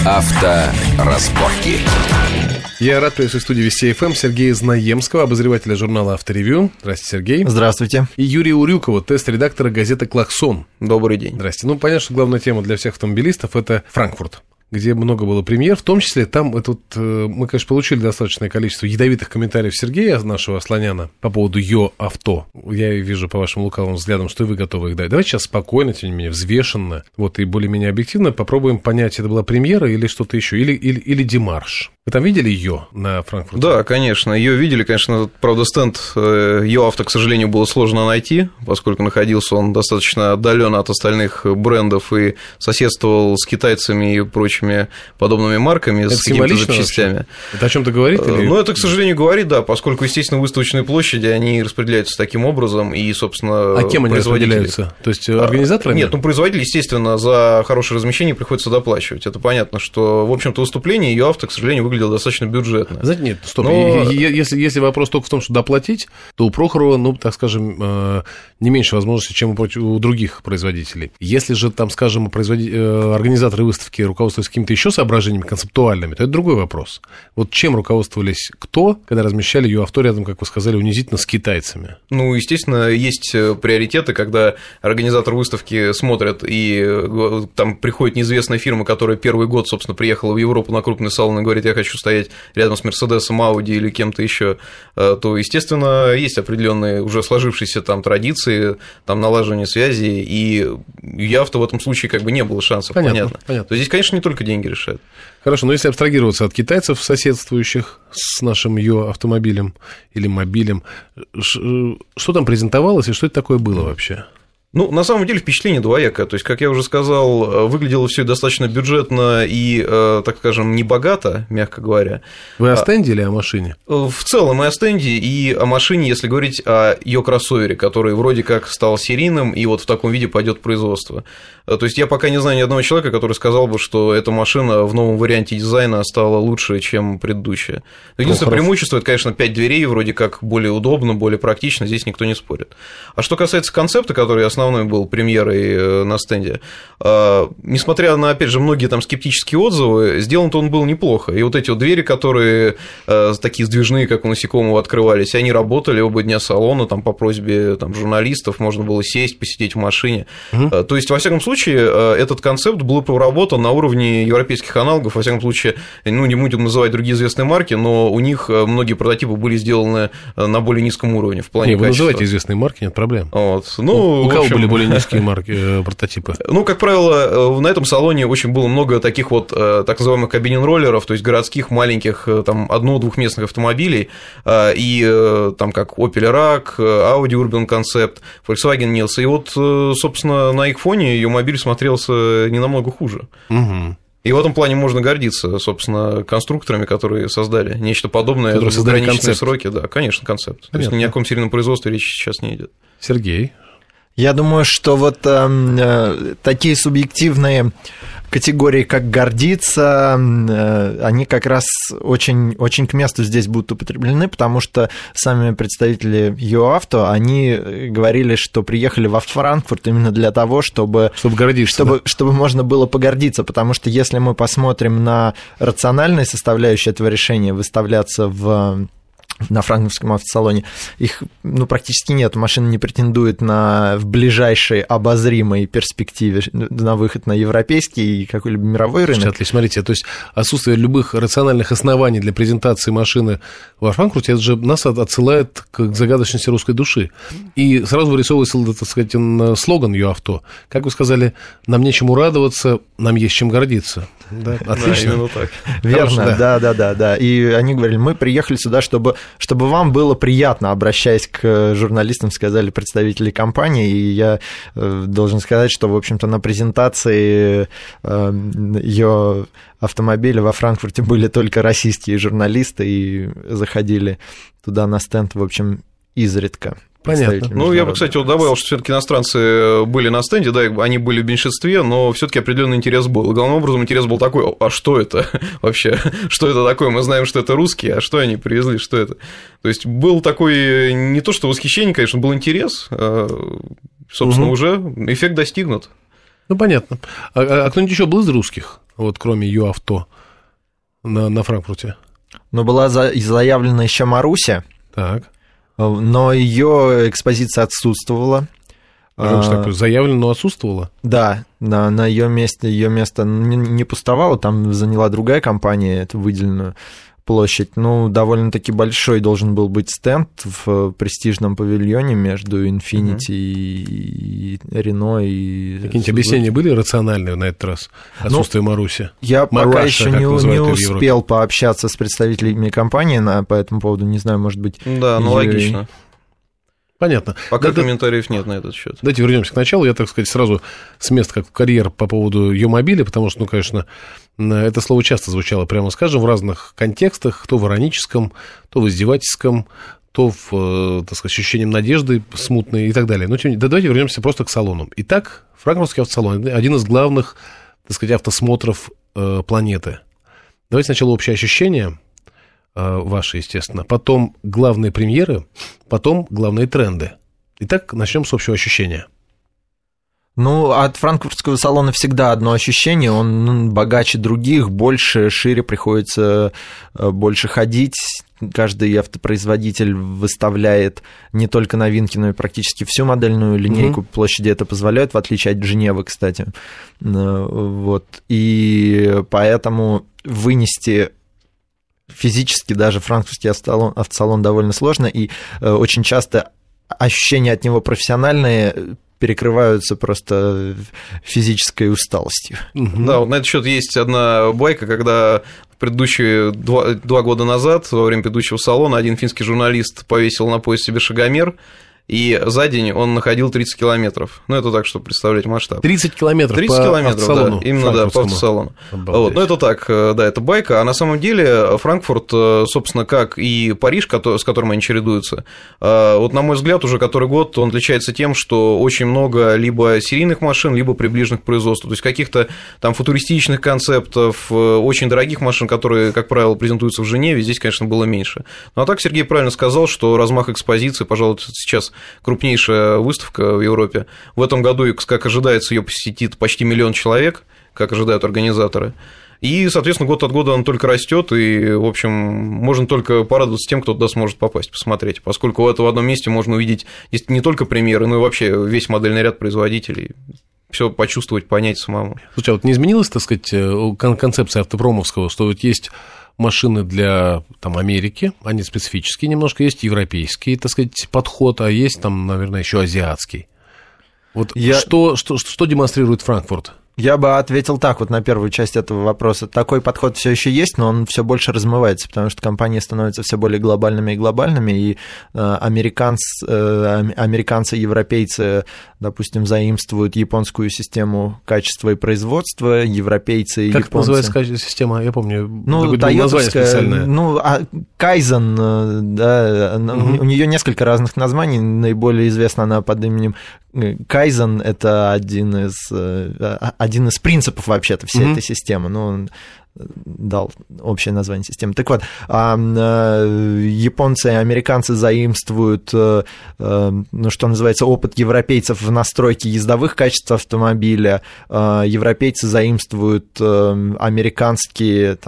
Авторазборки. Я рад приветствовать в студии Вести ФМ Сергея Знаемского, обозревателя журнала «Авторевью». Здравствуйте, Сергей. Здравствуйте. И Юрия Урюкова, тест-редактора газеты «Клаксон». Добрый день. Здрасте. Ну, понятно, что главная тема для всех автомобилистов – это Франкфурт, где много было премьер, в том числе там мы, конечно, получили достаточное количество ядовитых комментариев Сергея, нашего Слоняна, по поводу Йо-авто. Я вижу по вашим лукавым взглядам, что и вы готовы их дать. Давайте сейчас спокойно, тем не менее, взвешенно, и более-менее объективно попробуем понять, это была премьера или что-то еще, или демарш. Вы там видели Йо на Франкфурте? Да, конечно, Йо видели, конечно, правда, стенд Йо-авто, к сожалению, было сложно найти, поскольку находился он достаточно отдаленно от остальных брендов и соседствовал с китайцами и прочими подобными марками, это с какими-то запчастями. Вообще? Это о чем-то говорит? Или... Ну, это, к сожалению, говорит, да, поскольку, естественно, выставочные площади, они распределяются таким образом, и, собственно, а кем они распределяются? То есть организаторами? Нет, производители, естественно, за хорошее размещение приходится доплачивать. Это понятно, что, в общем-то, выступление Йо-авто, к сожалению, выглядело достаточно бюджетно. Знаете, нет, стоп. Если вопрос только в том, что доплатить, то у Прохорова, так скажем, не меньше возможностей, чем у других производителей. Если же, там, скажем, организаторы выставки руководствуются какими-то еще соображениями концептуальными, то это другой вопрос. Чем руководствовались кто, когда размещали Йо-авто рядом, как вы сказали, унизительно с китайцами? Ну, естественно, есть приоритеты, когда организатор выставки смотрят, и там приходит неизвестная фирма, которая первый год, собственно, приехала в Европу на крупный салон и говорит, я хочу стоять рядом с Мерседесом, Ауди или кем-то еще, то, естественно, есть определенные уже сложившиеся там традиции, там налаживание связей, и Йо-авто в этом случае как бы не было шансов, понятно. То здесь, конечно, не только деньги решают. Хорошо, но если абстрагироваться от китайцев, соседствующих с нашим Йо-автомобилем или мобилем, что там презентовалось и что это такое было вообще? Ну, на самом деле, впечатление двоякое. То есть, как я уже сказал, выглядело все достаточно бюджетно и, так скажем, небогато, мягко говоря. Вы о стенде или о машине? В целом и о стенде, и о машине, если говорить о ее кроссовере, который вроде как стал серийным и в таком виде пойдет в производство. То есть, я пока не знаю ни одного человека, который сказал бы, что эта машина в новом варианте дизайна стала лучше, чем предыдущая. Единственное преимущество – это, конечно, 5 дверей, вроде как более удобно, более практично, здесь никто не спорит. А что касается концепта, который основной был премьерой на стенде, несмотря на, опять же, многие там скептические отзывы, сделан-то он был неплохо. И эти двери, которые такие сдвижные, как у насекомого, открывались, они работали оба дня салона, там, по просьбе там, журналистов, можно было сесть, посидеть в машине. То есть, во всяком случае, этот концепт был проработан на уровне европейских аналогов, во всяком случае, не будем называть другие известные марки, но у них многие прототипы были сделаны на более низком уровне в плане качества. Вы называйте известные марки, нет проблем. У кого были более низкие марки, прототипы? Как правило, на этом салоне очень было много таких так называемых кабинин-роллеров, то есть городских маленьких там одно-двухместных автомобилей, и там как Opel Rack, Audi Urban Concept, Volkswagen Nils, и собственно, на их фоне ее мобиль смотрелся не намного хуже. И в этом плане можно гордиться, собственно, конструкторами, которые создали нечто подобное в ограниченные сроки. Да, конечно, концепт. То есть ни о каком серийном производстве речи сейчас не идет. Сергей? Я думаю, что такие субъективные категории, как гордиться, они как раз очень, очень к месту здесь будут употреблены, потому что сами представители Йо-авто, они говорили, что приехали во Франкфурт именно для того, чтобы гордиться, чтобы можно было погордиться, потому что если мы посмотрим на рациональные составляющие этого решения выставляться на франкфуртском автосалоне, их практически нет. Машина не претендует в ближайшей обозримой перспективе на выход на европейский и какой-либо мировой рынок. Отлично, смотрите, то есть отсутствие любых рациональных оснований для презентации машины во Франкфурте, это же нас отсылает к загадочности русской души. И сразу вырисовывается, так сказать, слоган Йо-авто. Как вы сказали, нам нечему радоваться, нам есть чем гордиться. Да, отлично. Да, именно так. Верно, да. И они говорили, мы приехали сюда, чтобы вам было приятно, обращаясь к журналистам, сказали представители компании, и я должен сказать, что, в общем-то, на презентации ее автомобиля во Франкфурте были только российские журналисты, и заходили туда на стенд, в общем, изредка. Понятно. Я бы, кстати, добавил, что все-таки иностранцы были на стенде, да, они были в меньшинстве, но все-таки определенный интерес был. И главным образом интерес был такой: а что это вообще? Что это такое? Мы знаем, что это русские, а что они привезли, что это? То есть был такой не то что восхищение, конечно, был интерес, собственно, уже эффект достигнут. Понятно. А кто-нибудь еще был из русских? вот кроме ЮАвто на Франкфурте? Но была заявлена еще Маруся, Так. но ее экспозиция отсутствовала. Так, заявлено, но отсутствовало? Да, на ее место не пустовало, там заняла другая компания эту выделенную площадь. Ну, довольно-таки большой должен был быть стенд в престижном павильоне между Infiniti и Renault. И какие-нибудь объяснения были рациональные на этот раз? Отсутствие Маруси? Я Маруша, пока еще не успел Европе. пообщаться с представителями компании по этому поводу, не знаю, может быть... Да, ну логично. Понятно. Пока комментариев нет на этот счет. Давайте вернемся к началу. Я, так сказать, сразу с места как в карьер по поводу Йомобиля, потому что, ну, конечно, это слово часто звучало, прямо скажем, в разных контекстах, то в ироническом, то в издевательском, то в, так сказать, ощущением надежды смутной и так далее. Но давайте вернемся просто к салонам. Итак, франкфуртский автосалон – один из главных, так сказать, автосмотров планеты. Давайте сначала общее ощущение ваши, естественно, потом главные премьеры, потом главные тренды. Итак, начнем с общего ощущения. Ну, от франкфуртского салона всегда одно ощущение, он богаче других, больше, шире, приходится больше ходить. Каждый автопроизводитель выставляет не только новинки, но и практически всю модельную линейку. Площади это позволяют, в отличие от Женевы, кстати. Вот. И поэтому вынести физически даже франкфуртский автосалон довольно сложно, и очень часто ощущения от него профессиональные перекрываются просто физической усталостью. Да, вот на этот счет есть одна байка, когда предыдущие 2 года назад, во время предыдущего салона, один финский журналист повесил на пояс себе шагомер, и за день он находил 30 километров. Ну, это так, чтобы представлять масштаб. 30 километров 30 по километров, автосалону, да, именно, да, по автосалону. Вот. Ну, это так, да, это байка. А на самом деле Франкфурт, собственно, как и Париж, с которым они чередуются, вот, на мой взгляд, уже который год он отличается тем, что очень много либо серийных машин, либо приближенных к производству. То есть каких-то там футуристичных концептов, очень дорогих машин, которые, как правило, презентуются в Женеве, здесь, конечно, было меньше. Ну, а так Сергей правильно сказал, что размах экспозиции, пожалуй, сейчас крупнейшая выставка в Европе. В этом году, как ожидается, ее посетит почти 1 миллион человек, как ожидают организаторы. И, соответственно, год от года он только растет, и, в общем, можно только порадоваться тем, кто туда сможет попасть, посмотреть, поскольку в одном месте можно увидеть не только премьеры, но и вообще весь модельный ряд производителей. Все почувствовать, понять самому. Слушай, а вот не изменилась, так сказать, концепция автопромовского, что вот есть машины для там, Америки, они специфические немножко, есть европейский, так сказать, подход, а есть там, наверное, еще азиатский. Вот что демонстрирует Франкфурт? Я бы ответил так вот на первую часть этого вопроса. Такой подход все еще есть, но он все больше размывается, потому что компании становятся все более глобальными и глобальными, и американцы и европейцы, допустим, заимствуют японскую систему качества и производства, европейцы и японцы... Как называется система? Я помню, тойотовская, Кайзен, да, у нее несколько разных названий, наиболее известна она под именем Кайзен, это один из принципов вообще-то всей этой системы, ну, он дал общее название системы. Так вот, японцы и американцы заимствуют, что называется, опыт европейцев в настройке ездовых качеств автомобиля, европейцы заимствуют американский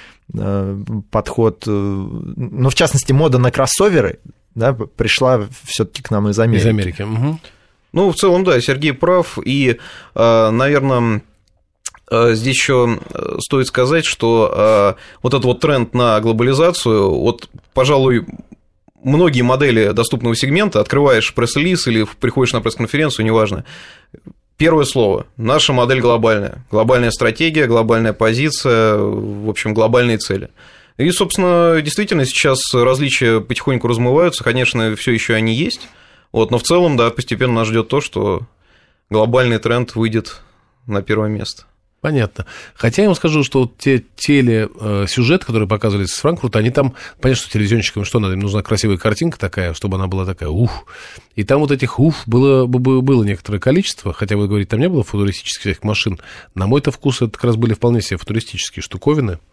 подход, ну, в частности, мода на кроссоверы, да, пришла все-таки к нам из Америки. Из Америки, Ну, в целом, да, Сергей прав, и, наверное, здесь еще стоит сказать, что вот этот вот тренд на глобализацию, вот, пожалуй, многие модели доступного сегмента, открываешь пресс-релиз или приходишь на пресс-конференцию, неважно, первое слово – наша модель глобальная, глобальная стратегия, глобальная позиция, в общем, глобальные цели. И, собственно, действительно, сейчас различия потихоньку размываются, конечно, все еще они есть. Вот, но в целом, да, постепенно нас ждет то, что глобальный тренд выйдет на первое место. Понятно. Хотя я вам скажу, что вот те телесюжеты, которые показывались с Франкфурта, они там, понятно, что телевизионщикам что надо, им нужна красивая картинка такая, чтобы она была такая, И там вот этих было некоторое количество, хотя вы говорите, там не было футуристических машин. На мой-то вкус это как раз были вполне себе футуристические штуковины.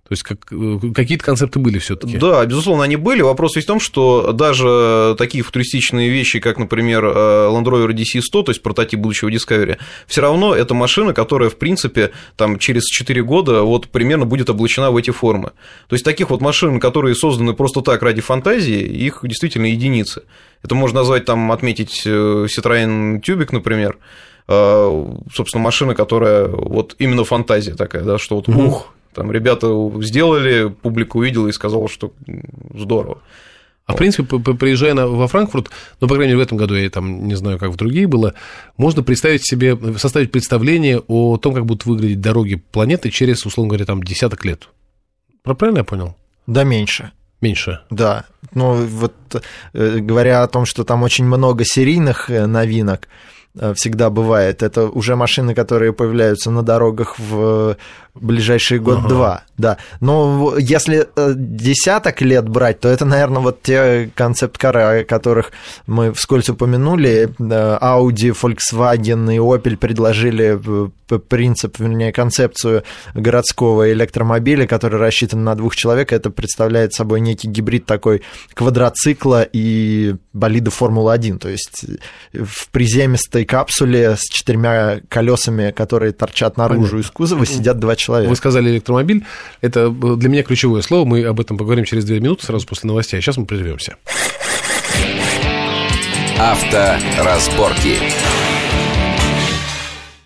То есть какие-то концепты были все-таки. Да, безусловно, они были. Вопрос ведь в том, что даже такие футуристичные вещи, как, например, Land Rover DC-100, то есть прототип будущего Discovery, все равно это машина, которая, в принципе, там, через 4 года вот примерно будет облачена в эти формы. То есть таких вот машин, которые созданы просто так ради фантазии, их действительно единицы. Это можно назвать, там, отметить Citroёn Тюбик, например, собственно, машина, которая вот именно фантазия такая, да, что вот ух. Там ребята сделали, публика увидела и сказала, что здорово. А в принципе, приезжая во Франкфурт, ну, по крайней мере, в этом году, я там не знаю, как в другие было, можно представить себе, составить представление о том, как будут выглядеть дороги планеты через, условно говоря, там, десяток лет. Правильно я понял? Да, меньше. Меньше. Да. Ну, вот говоря о том, что там очень много серийных новинок, всегда бывает. Это уже машины, которые появляются на дорогах в ближайший год-два. Да. Но если десяток лет брать, то это, наверное, вот те концепт-кары, о которых мы вскользь упомянули. Audi, Volkswagen и Opel предложили принцип, вернее, концепцию городского электромобиля, который рассчитан на 2 человек. Это представляет собой некий гибрид такой квадроцикла и болида Формулы-1. То есть в приземистой капсуле с 4 колесами, которые торчат наружу из кузова, сидят 2 человека. Вы сказали электромобиль. Это для меня ключевое слово. Мы об этом поговорим через 2 минуты, сразу после новостей. А сейчас мы прервемся. Авторазборки.